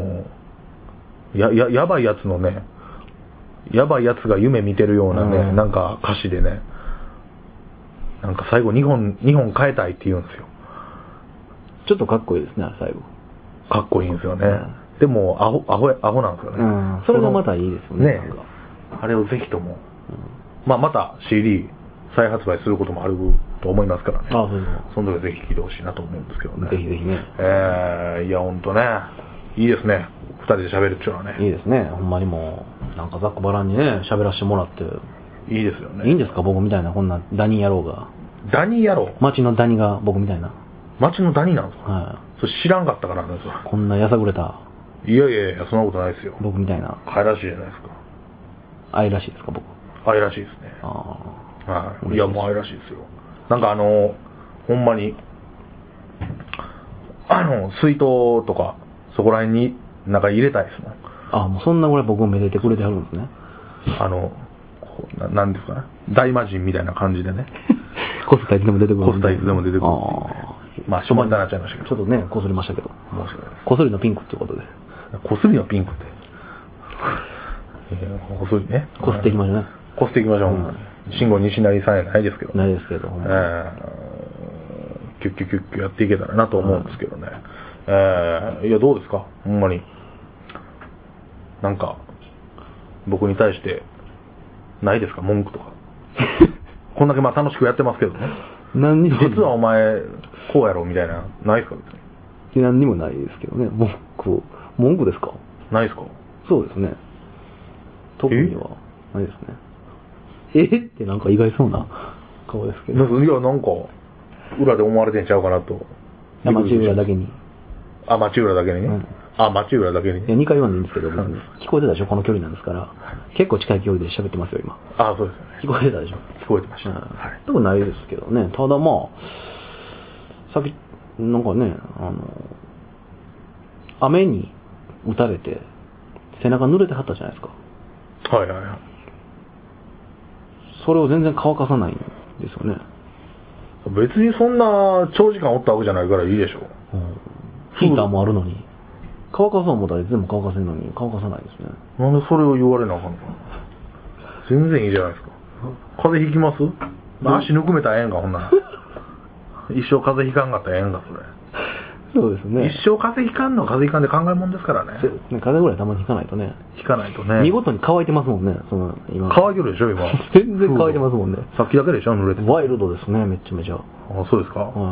やばいやつのね、やばいやつが夢見てるようなね、なんか歌詞でね、なんか最後2本変えたいって言うんですよ。 ちょっとかっこいいですね、最後。 かっこいいんですよね。でも、アホなんですよね。 それがまたいいですよね。 あれをぜひとも、また CD 再発売することもあると思いますからね。その時はぜひ聴いてほしいなと思うんですけどね。 ぜひぜひね。 いや、ほんとね、いいですね。二人で喋るっていうのはね。 いいですね。ほんまにもう、なんかざっくばらんにね、喋らせてもらって。 いいですよね。 いいんですか、僕みたいな、こんなダニ野郎が。 ダニ野郎？ 街のダニが僕みたいな。 街のダニなんですか？ はい。 それ知らんかったからなんですよ。 こんなやさぐれた。 いやいやいや、そんなことないですよ。 僕みたいな。 愛らしいじゃないですか。 愛らしいですか、僕。 愛らしいですね。はい。いや、もう愛らしいですよ。なんかほんまに、水筒とか、そこら辺になんか入れたいですもん。 もうそんなぐらい僕をめでてくれてはるんですね。 なんですかね。大魔神みたいな感じでね。 こすったいつでも出てくる。 こすったいつでも出てくる。まあ、しょぼんになっちゃいましたけど。 ちょっとね、こすりましたけど。 申し訳ないです。 こすりのピンクっていうことで。 こすりのピンクって。こすりね。 こすっていきましょうね。 こすっていきましょう。慎吾西成さんやないですけど。 ないですけど。 キュッキュッキュッキュやっていけたらなと思うんですけどね。いや、どうですかほんまに。なんか、僕に対して、ないですか文句とか。こんだけまあ楽しくやってますけどね。 何にも。 実はお前、こうやろみたいな、ないですか別に。何にもないですけどね。文句ですか？ ないですか？ そうですね。特にはないですね。ってなんか意外そうな顔ですけど。 いや、なんか、裏で思われてんちゃうかなと。 町浦だけに。 町浦だけにね。町浦だけに。 いや、2回言わないんですけど、別に聞こえてたでしょこの距離なんですから。結構近い距離で喋ってますよ、今。 そうですよね。 聞こえてたでしょ聞こえてました。 特にないですけどね。ただまあ、さっき、なんかね、雨に打たれて、背中濡れてはったじゃないですか。 はいはいはい。 それを全然乾かさないんですよね。 別にそんな長時間おったわけじゃないからいいでしょ。 ヒーターもあるのに。乾かそう思ったら全部乾かせるのに乾かさないですね。 なんでそれを言われなあかんの？全然いいじゃないですか。風邪ひきます？足ぬくめたらええんか、ほんなら。一生風邪ひかんかったらええんか、それ。 そうですね。 一生風邪ひかんの風邪ひかんで考えもんですからね。 そうですね。風邪ぐらいたまにひかないとね。 ひかないとね。 見事に乾いてますもんね、 今。乾いてるでしょ、今。 全然乾いてますもんね。 さっきだけでしょ、濡れて。 ワイルドですね、めっちゃめちゃ。 そうですか？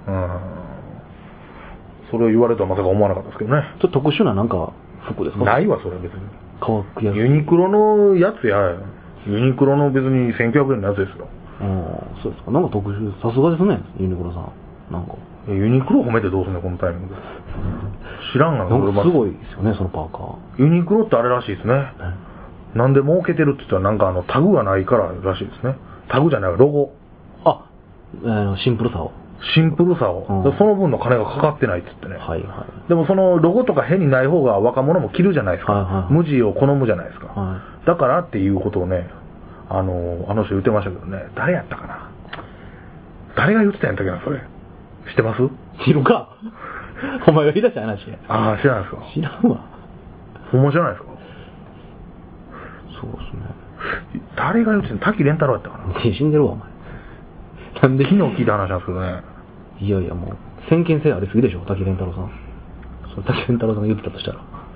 それを言われとはまさか思わなかったですけどね。 ちょっと特殊ななんか服ですか？ ないわ、それ別に。 乾くやつ。 ユニクロのやつや。ユニクロの別に1900円のやつですよ。 そうですか。なんか特殊、さすがですね、ユニクロさん。なんか。 ユニクロ褒めてどうすんねん、このタイミングで。知らんがな。 なんかすごいですよね、そのパーカー。 ユニクロってあれらしいですね。なんで儲けてるって言ったらなんかタグがないかららしいですね。タグじゃない、ロゴ。 シンプルさを。 シンプルさを。その分の金がかかってないって言ってね。 はいはい。 でもそのロゴとか変にない方が若者も着るじゃないですか。無地を好むじゃないですか。だからっていうことをね、あの人言ってましたけどね。誰やったかな。誰が言ってたんやったっけな、それ。知ってます？ 知るか。お前が言い出した話や。 知らないですか。 知らんわ。 ほんま知らないですか。 そうですね。 誰が言ってたの？滝蓮太郎やったかな。 死んでるわ、お前。 なんで昨日聞いた話なんですけどね。 いやいや、もう、先見性ありすぎでしょ、滝蓮太郎さん。滝蓮太郎さんが言ってたとしたら。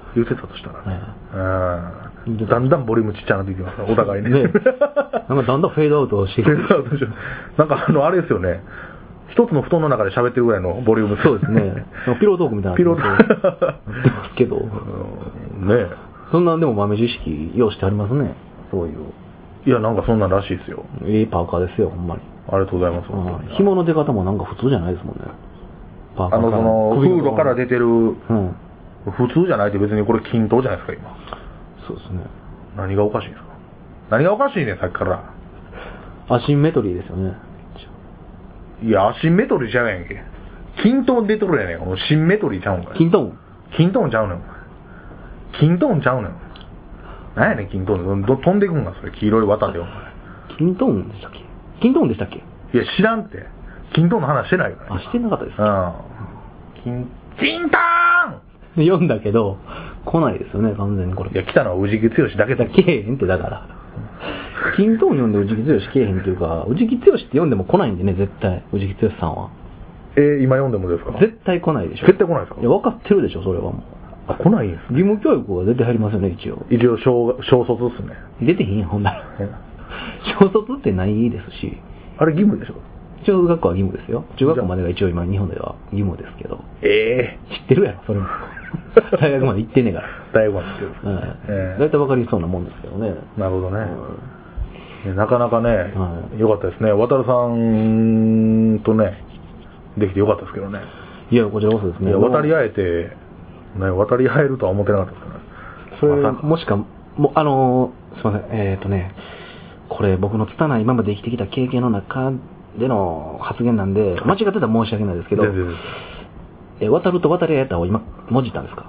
言ってたとしたらね。だんだんボリュームちっちゃなっていきますお互いね。 なんかだんだんフェードアウトしてる。 なんかあれですよね。一つの布団の中で喋ってるぐらいのボリューム。 そうですね。ピロートークみたいな。 ピロートーク。 出ますけど。ねそんなでも豆知識用してありますね。そういう。 いや、なんかそんなんらしいですよ。 いいパーカーですよ、ほんまに。 ありがとうございます。 紐の出方もなんか普通じゃないですもんね。 パーカーその、フードから出てる、普通じゃないって別にこれ均等じゃないですか、今。 そうですね。 何がおかしいんですか？何がおかしいねん、さっきから。 アシンメトリーですよね。 いや、アシンメトリーちゃうやんけ。均等出とるやねん。このシンメトリーちゃうんかい。 均等均等ちゃうねん。均等ちゃうねん。何やねん、均等飛んでいくんか、それ。黄色い綿で。 均等でしたっけ？均等でしたっけ？ いや、知らんって。均等の話してないから、 ね。あ、してなかったです。 均等読んだけど、来ないですよね、完全にこれ。 いや、来たのは宇治木剛だけだ。 来えへんってだから。均等に読んで宇治木剛来えへんっていうか、宇治木剛って読んでも来ないんでね、絶対。宇治木剛さんは。 今読んでもですか？ 絶対来ないでしょ。 絶対来ないですか？ いや、分かってるでしょ、それはもう。 あ、来ないんですね。義務教育は絶対入りますよね、一応。 小卒っすね。 出てへんやん、ほんなら。小卒ってないですし。 あれ義務でしょ？ 中学校は義務ですよ。中学校までが一応今日本では義務ですけど。知ってるやろ、それも。大学まで行ってんねえから。 大学まで行ってるんですか？ 大体分かりそうなもんですけどね。 なるほどね。なかなかね、良かったですね。渡さんとね、できて良かったですけどね。 いや、こちらこそですね。 渡り合えて、渡り合えるとは思ってなかったですからね。 それ、もしか、もすいません、これ僕の拙い今まで生きてきた経験の中での発言なんで、間違ってたら申し訳ないですけど、渡ると渡り合えたを今、文字ったんですか？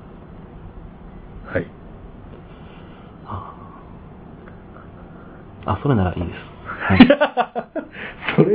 はい。 それならいいです。はい、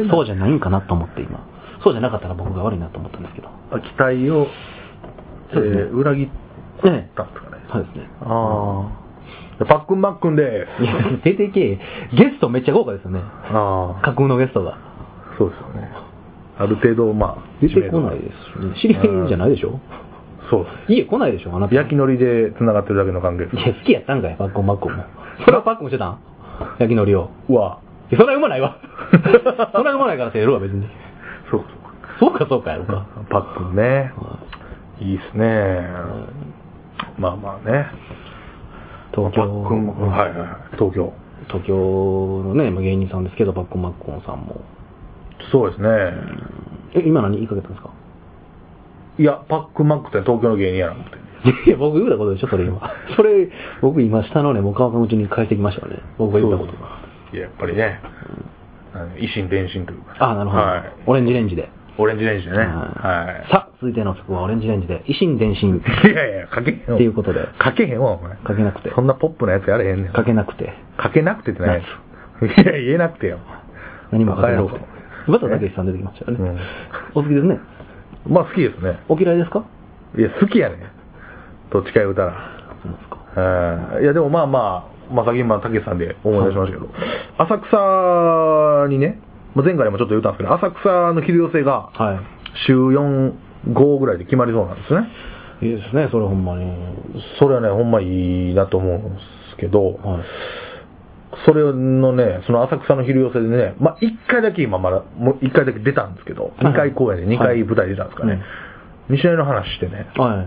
そうじゃないんかなと思って今。そうじゃなかったら僕が悪いなと思ったんですけど。 期待を、裏切ったんですかね。 そうですね。 パックンマックンで。 いや、出てけゲストめっちゃ豪華ですよね。架空のゲストが。 そうですよね。ある程度、 出てこないですね。知り合いじゃないでしょ？ そう。 家来ないでしょ、あなた。 焼き海苔で繋がってるだけの関係です。 いや、好きやったんかい、パックンマックンも。それはパックンしてたん？焼き海苔を。 うわ。 それはうまないわ。それはうまないからってやるわ、別に。そうかやろか。 パックンね。いいっすね。まあね。 東京。 東京。 東京のね、芸人さんですけど、パックンマックンさんも。 そうですね。 今何言いかけたんですか？ いや、パックンマックって東京の芸人やな思って。 いや、僕言うたことでしょ、それ今。それ、僕今下のね、もう川上口に返してきましたよね。僕が言ったこと。 いや、やっぱりね、維新伝心というか。 なるほど。オレンジレンジで。 オレンジレンジでね。 さあ、続いての曲はオレンジレンジで、維新伝心。 いや、かけへんわ。 っていうことで。 かけへんわ、お前。 かけなくて。 そんなポップなやつやれへんねん。 かけなくて。 かけなくてってないやつ。いや、言えなくてよ。 何もかけなくて。岩田武さん出てきましたよね。お好きですね。 好きですね。 お嫌いですか？ いや、好きやねん。どっちか言うたら。 そうですか。 いや、でもさっき今、たけしさんで思い出しましたけど、浅草にね、前回もちょっと言ったんですけど、浅草の昼寄せが、週4、5ぐらいで決まりそうなんですね。 いいですね、それほんまに。 それはね、ほんまいいなと思うんですけど、それのね、その浅草の昼寄せでね、1回だけ今もう1回だけ出たんですけど、2回公演で2回舞台出たんですかね。西成の話してね。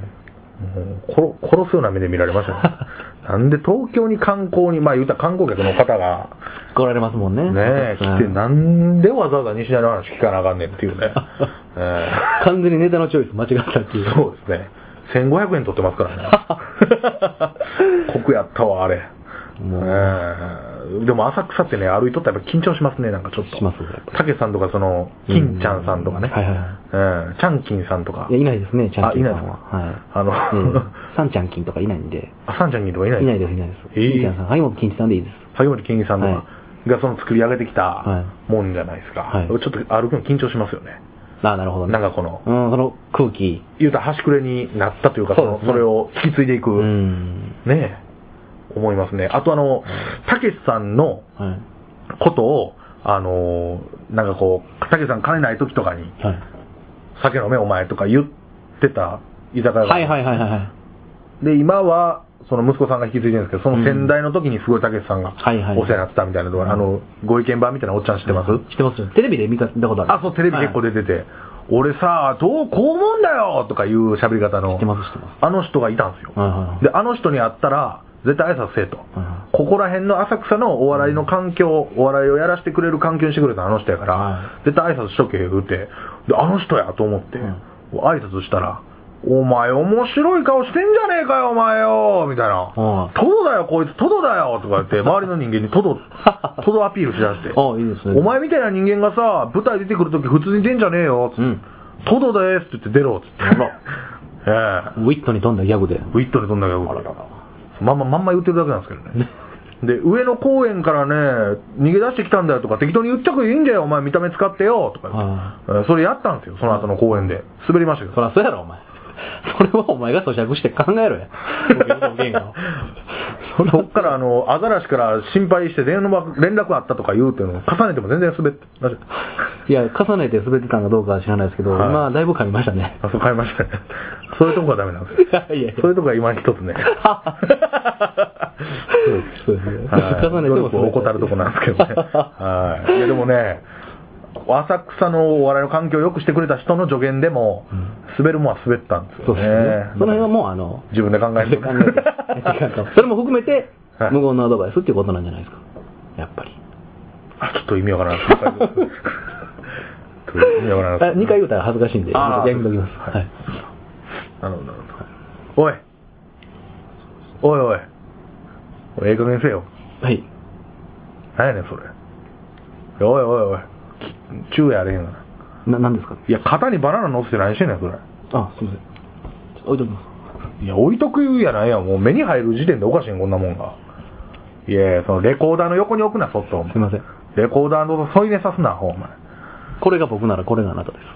殺すような目で見られましたね。なんで東京に観光に、言うたら観光客の方が来られますもんね。 来て、なんでわざわざ西成の話聞かなあかんねんっていうね。 完全にネタのチョイス間違ったっていう。 そうですね。1500円取ってますからね。酷やったわ、あれ。でも浅草ってね、歩いとったらやっぱ緊張しますね、なんかちょっと。 します。 たけしさんとか、金ちゃんさんとかね。ちゃんきんさんとか。 いないですね、ちゃんきんさんは。さんちゃんきんとかいないんで。 さんちゃんきんとかいないです。金ちゃんさん、萩本欽一さんでいいです。 萩本欽一さんとかが作り上げてきたもんじゃないですか。ちょっと歩くの緊張しますよね。 なるほどね。 なんかその空気。 言うたら端くれになったというか、それを引き継いでいく。ね思いますね。あとたけしさんのことを、なんかたけしさん金ない時とかに、酒飲めお前とか言ってた居酒屋が。 で、今は、その息子さんが引き継いでるんですけど、その先代の時にすごいたけしさんがお世話になってたみたいなところ、ご意見番みたいなおっちゃん知ってます？ 知ってますよ。テレビで見たことある。 あ、そう、テレビ結構出てて、俺さ、こう思うんだよとかいう喋り方の、あの人がいたんですよ。で、あの人に会ったら、絶対挨拶せえと。ここら辺の浅草のお笑いの環境、お笑いをやらせてくれる環境にしてくれたあの人やから、絶対挨拶しとけ言うて、で、あの人やと思って、挨拶したら、お前面白い顔してんじゃねえかよお前よみたいな。トドだよこいつトドだよとか言って周りの人間にトドアピールしだして。 いいですね。 お前みたいな人間がさ舞台出てくるとき普通に出んじゃねえよつって、トドですって言って出ろつって。 ウィットに飛んだギャグで。 ウィットに飛んだギャグで。まんま言ってるだけなんですけどね。で、上野公園からね、逃げ出してきたんだよとか、適当に言っちゃくていいんだよ、お前見た目使ってよとか、それやったんですよ、その後の公園で。滑りましたけど。 そりゃそうやろ、お前。それはお前が咀嚼して考えろや。 そっからアザラシから心配して連絡あったとか言うっていうのを重ねても全然滑って。 いや、重ねて滑ってたんかどうかは知らないですけど、今だいぶ噛みましたね。 そう噛みましたね。そういうとこがダメなんですよ。そういうとこが今一つね。 そうですね。 重ねても怠るとこなんですけどね。いやでもね、浅草のお笑いの環境を良くしてくれた人の助言でも、滑るもんは滑ったんですよね。 その辺はもう自分で考えてそれも含めて、無言のアドバイスっていうことなんじゃないですか。やっぱり。 ちょっと意味わからない。 2回言うたら恥ずかしいんで、やめときます。はい。 なるほど。おい、ええ加減せよ。 はい。 何やねんそれ。おい。昼夜あれへんがな。何ですか？ いや、肩にバナナ乗せて何してんねん、それ。 すいません。置いときます。 いや、置いとくやないやん。もう目に入る時点でおかしいん、こんなもんが。いや、そのレコーダーの横に置くな、そっと。 すいません。 レコーダーの添い寝さすな、お前。 これが僕ならこれがあなたです。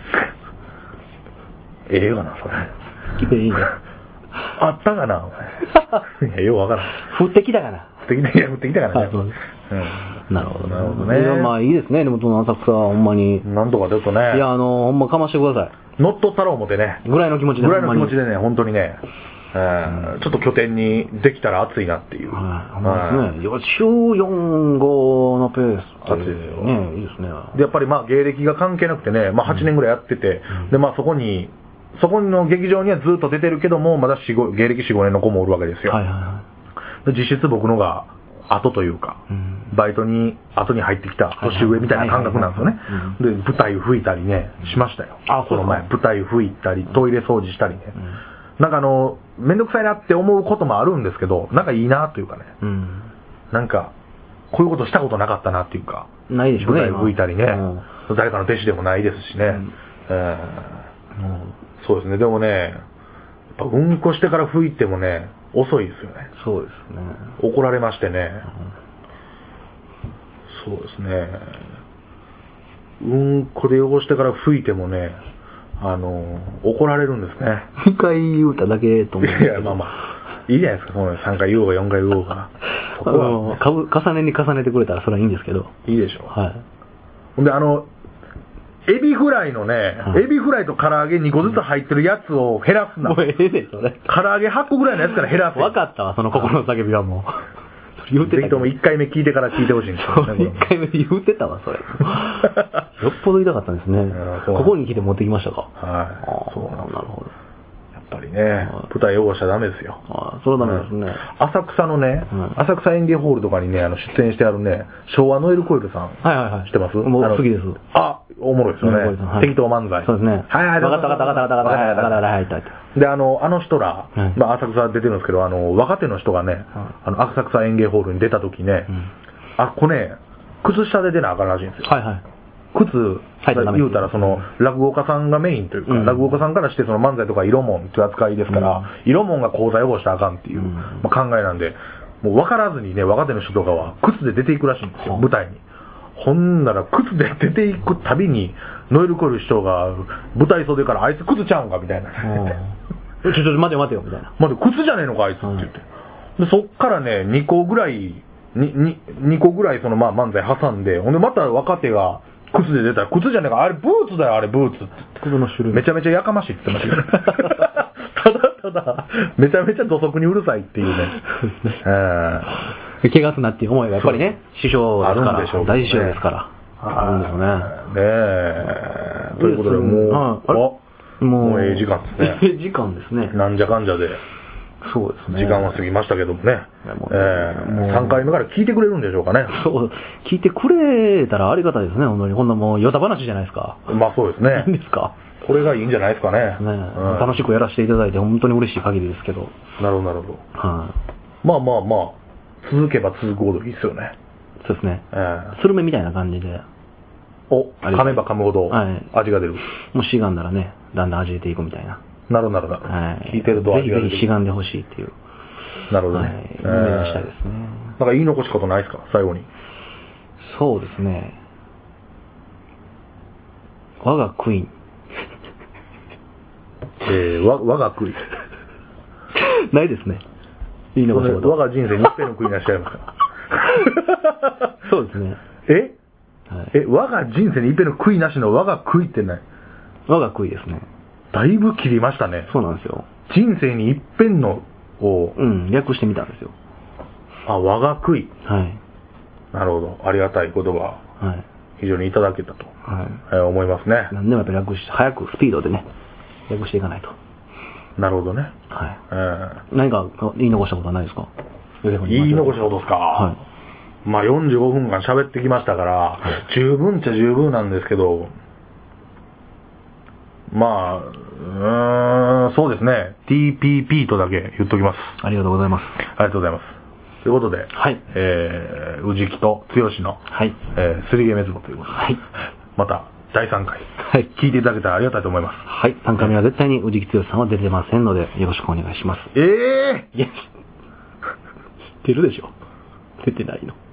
ええがな、それ。 来ていいね。 あったかな、お前。いや、ようわからん。 降ってきたかな。 降ってきたかな。 なるほどね。まあいいですね。でもその浅草はほんまに。 なんとかちょっとね。 いや、ほんまかましてください。 乗っ取ったろう思ってね。 ぐらいの気持ちでね、本当にね。ちょっと拠点にできたら熱いなっていう。 はい。ですね。週4、5のペース。 熱いですよ。 ね、いいですね。 で、やっぱりまあ芸歴が関係なくてね、まあ8年ぐらいやってて、で、まあそこの劇場にはずっと出てるけども、まだ芸歴4、5年の子もおるわけですよ。実質僕のが後というか、バイトに後に入ってきた年上みたいな感覚なんですよね。で、舞台拭いたりね、しましたよ。この前、舞台拭いたり、トイレ掃除したりね。なんかめんどくさいなって思うこともあるんですけど、なんかいいなというかね。なんか、こういうことしたことなかったなっていうか。 ないでしょうね。 舞台拭いたりね。誰かの弟子でもないですしね。そうですね。でもね、やっぱうんこしてから拭いてもね、遅いですよね。 そうですね。 怒られましてね。そうですね。うんこで汚してから拭いてもね、怒られるんですね。 2回言うただけと思う。 いや、まあ、いいじゃないですか、その3回言おうが4回言おうが。そこは、 重ねに重ねてくれたらそれはいいんですけど。 いいでしょう。 はい。 ほんで、エビフライのね、エビフライと唐揚げ2個ずつ入ってるやつを減らすな。 もうええねん、それ。 唐揚げ8個ぐらいのやつから減らす。 分かったわ、その心の叫びはもう。言うてた。 ぜひとも1回目聞いてから聞いてほしいんですよ。 1回目言うてたわ、それ。よっぽど言いたかったんですね。ここに来て持ってきましたか。 はい。そうなるほど。 やっぱりね、舞台汚しちゃダメですよ。 それはダメですね。 浅草のね、浅草園芸ホールとかにね、出演してあるね、昭和ノエルコイルさん。 はい。 知ってます？ もう好きです。 おもろいですよね。適当漫才。 そうですね。はい。わかった。 で、あの人ら、まあ浅草出てるんですけど、若手の人がね、浅草園芸ホールに出た時ね、これね、靴下で出なあかんらしいんですよ。靴、言うたら落語家さんがメインというか、落語家さんからして漫才とか色もんという扱いですから、色もんが講座汚したらあかんっていう、考えなんで、もう分からずにね、若手の人とかは靴で出ていくらしいんですよ、舞台に。ほんなら靴で出ていくたびに、ノエルコイル師匠が舞台袖からあいつ靴ちゃうんかみたいな。 待てよみたいな。 待て、靴じゃねえのかあいつって言って。でそっからね、2個ぐらい漫才挟んで、ほんでまた若手が、靴で出たら、靴じゃねえか、あれブーツだよ、あれブーツって。 靴の種類。 めちゃめちゃやかましいって言ってましたけど。ただただ、めちゃめちゃ土足にうるさいっていうね。 怪我すなっていう思いがやっぱりね、師匠ですから、大師匠ですから。あるんですよね。 ねえ。ということで、もうええ時間ですね。 ええ時間ですね。 なんじゃかんじゃで。 そうですね。 時間は過ぎましたけどもね。3回目から聞いてくれるんでしょうかね。 そう、聞いてくれたらありがたいですね、本当に。こんなもう、ヨタ話じゃないですか。 まあそうですね。 いいんですか。 これがいいんじゃないですかね。 楽しくやらせていただいて、本当に嬉しい限りですけど。 なるほど、なるほど。まあまあまあ、続けば続くほどいいですよね。 そうですね。スルメみたいな感じで。 噛めば噛むほど味が出る。 もうしがんだらね、だんだん味出ていくみたいな。 なるほど、なるほど。聞いてると味が出てぜひぜひしがんでほしいっていう。 なるほどね。 お願いしたいですね。 なんか言い残しことないですか、最後に。 そうですね。我がクイーン。 我がクイーン。 ないですね。言い残しこと。 我が人生に一遍のクイーンがしちゃいました。 そうですね。 我が人生に一遍の悔いなしの我が悔いってない。 我が悔いですね。 だいぶ切りましたね。 そうなんですよ。 人生に一遍のを。 略してみたんですよ。 我が悔い。 はい。 なるほど。ありがたい言葉。はい。非常にいただけたと。はい。思いますね。 何でもやっぱり略して、早くスピードでね、略していかないと。 なるほどね。 はい。何か言い残したことはないですか？ 言い残したことですか？はい。まあ45分間喋ってきましたから、十分っちゃ十分なんですけど、まあ、そうですね。TPP とだけ言っときます。 ありがとうございます。 ありがとうございます。ということで、 はい。 宇治木と剛の、 はい。 すりげ滅亡ということで、はい。また、第3回、はい。聞いていただけたらありがたいと思います。 はい。3回目は絶対に宇治木剛さんは出てませんので、よろしくお願いします。 いや、 出るでしょ。出てないの。